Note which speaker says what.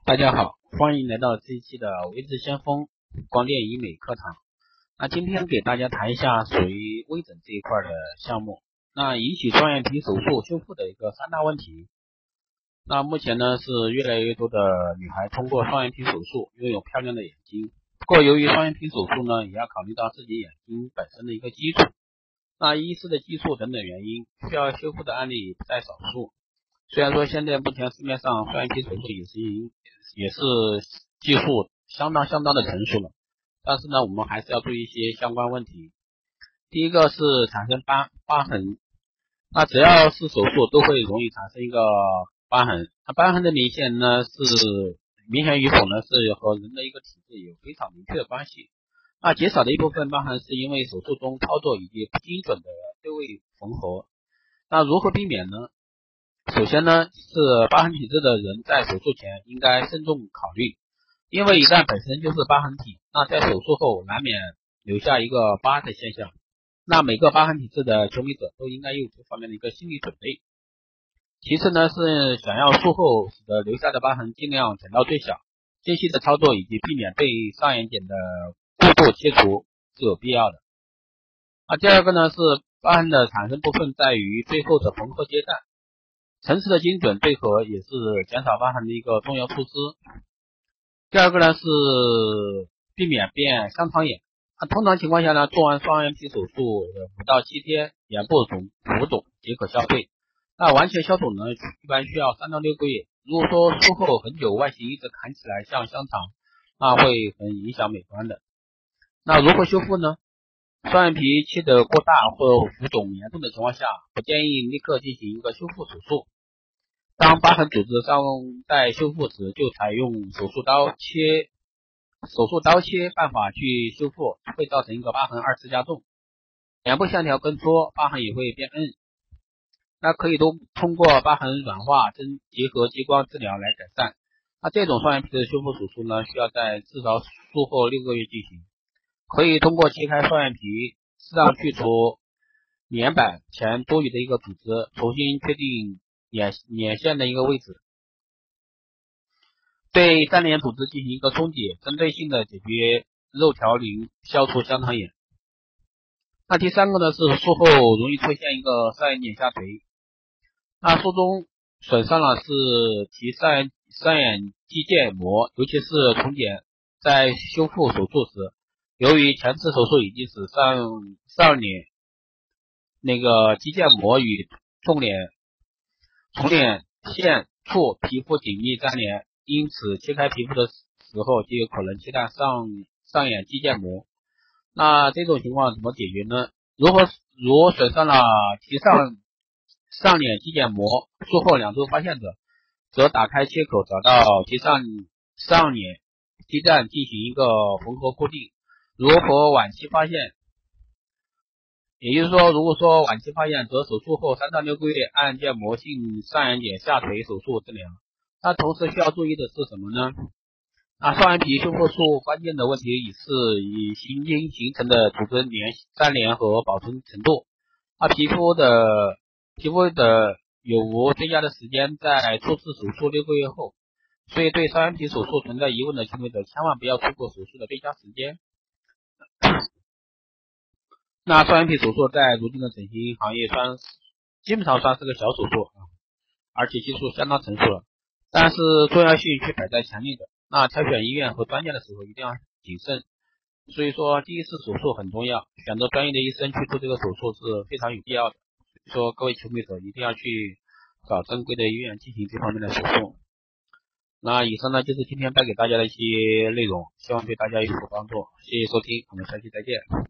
Speaker 1: 大家好，欢迎来到这一期的微智先锋光电医美课堂。那今天给大家谈一下属于微整这一块的项目。那引起双眼皮手术修复的一个三大问题。那目前呢是越来越多的女孩通过双眼皮手术拥有漂亮的眼睛。不过由于双眼皮手术呢，也要考虑到自己眼睛本身的一个基础。那医师的技术等等原因，需要修复的案例不在少数。虽然说现在目前市面上双眼皮手术也是技术相当的成熟了，但是呢，我们还是要注意一些相关问题。第一个是产生疤痕，那只要是手术都会容易产生一个疤痕。那疤痕的明显与否呢，是和人的一个体质有非常明确的关系。那减少的一部分疤痕是因为手术中操作以及不精准的对位缝合。那如何避免呢？首先呢，是疤痕体质的人在手术前应该慎重考虑，因为一旦本身就是疤痕体，那在手术后难免留下一个疤的现象。那每个疤痕体质的求美者都应该有这方面的一个心理准备。其次呢，是想要术后使得留下的疤痕尽量减到最小，精细的操作以及避免对上眼睑的过度切除是有必要的。第二个呢，是疤痕的产生部分在于最后的缝合阶段。层次的精准对合也是减少疤痕的一个重要措施。第二个呢是避免变香肠眼。通常情况下呢，做完双眼皮手术5到7天，眼部浮肿即可消退。那完全消肿呢，一般需要3到6个月。如果说术后很久外形一直看起来像香肠，那会很影响美观的。那如何修复呢？双眼皮切得过大或浮肿严重的情况下，不建议立刻进行一个修复手术。当疤痕组织尚待修复时，就采用手术刀切办法去修复，会造成一个疤痕二次加重，眼部线条更缩，疤痕也会变硬。那可以通过疤痕软化结合激光治疗来改善。那这种双眼皮的修复手术呢，需要在至少术后6个月进行。可以通过切开双眼皮，适当去除脸板前多余的一个组织，重新确定眼线的一个位置，对粘连组织进行一个松解，针对性的解决肉条鳞，消除香肠眼。那第三个呢，是术后容易出现一个上眼睑下垂。那术中损伤了是提上眼肌腱膜，尤其是重睑在修复手术时，由于前次手术已经使上脸肌腱膜与重脸线处皮肤紧密粘连，因此切开皮肤的时候就有可能切断上眼肌腱膜。那这种情况怎么解决呢？如损伤了上脸肌腱膜，术后2周发现者，则打开切口，找到其上脸基站进行一个缝合固定。如果晚期发现，也就是说，如果说晚期发现，则手术后3到6个月按腱膜性上眼睑下垂手术治疗。那同时需要注意的是什么呢？双眼皮修复术关键的问题是以行经形成的组织粘连和保存程度。皮肤的有无最佳的时间在初次手术6个月后，所以对双眼皮手术存在疑问的求美者，千万不要错过手术的最佳时间。那双眼皮手术在如今的整形行业基本上算是个小手术，而且技术相当成熟了，但是重要性却摆在前列的。那挑选医院和专家的时候一定要谨慎，所以说第一次手术很重要，选择专业的医生去做这个手术是非常有必要的。所以说各位求美者一定要去找正规的医院进行这方面的手术。那以上呢就是今天带给大家的一些内容，希望对大家有所帮助，谢谢收听，我们下期再见。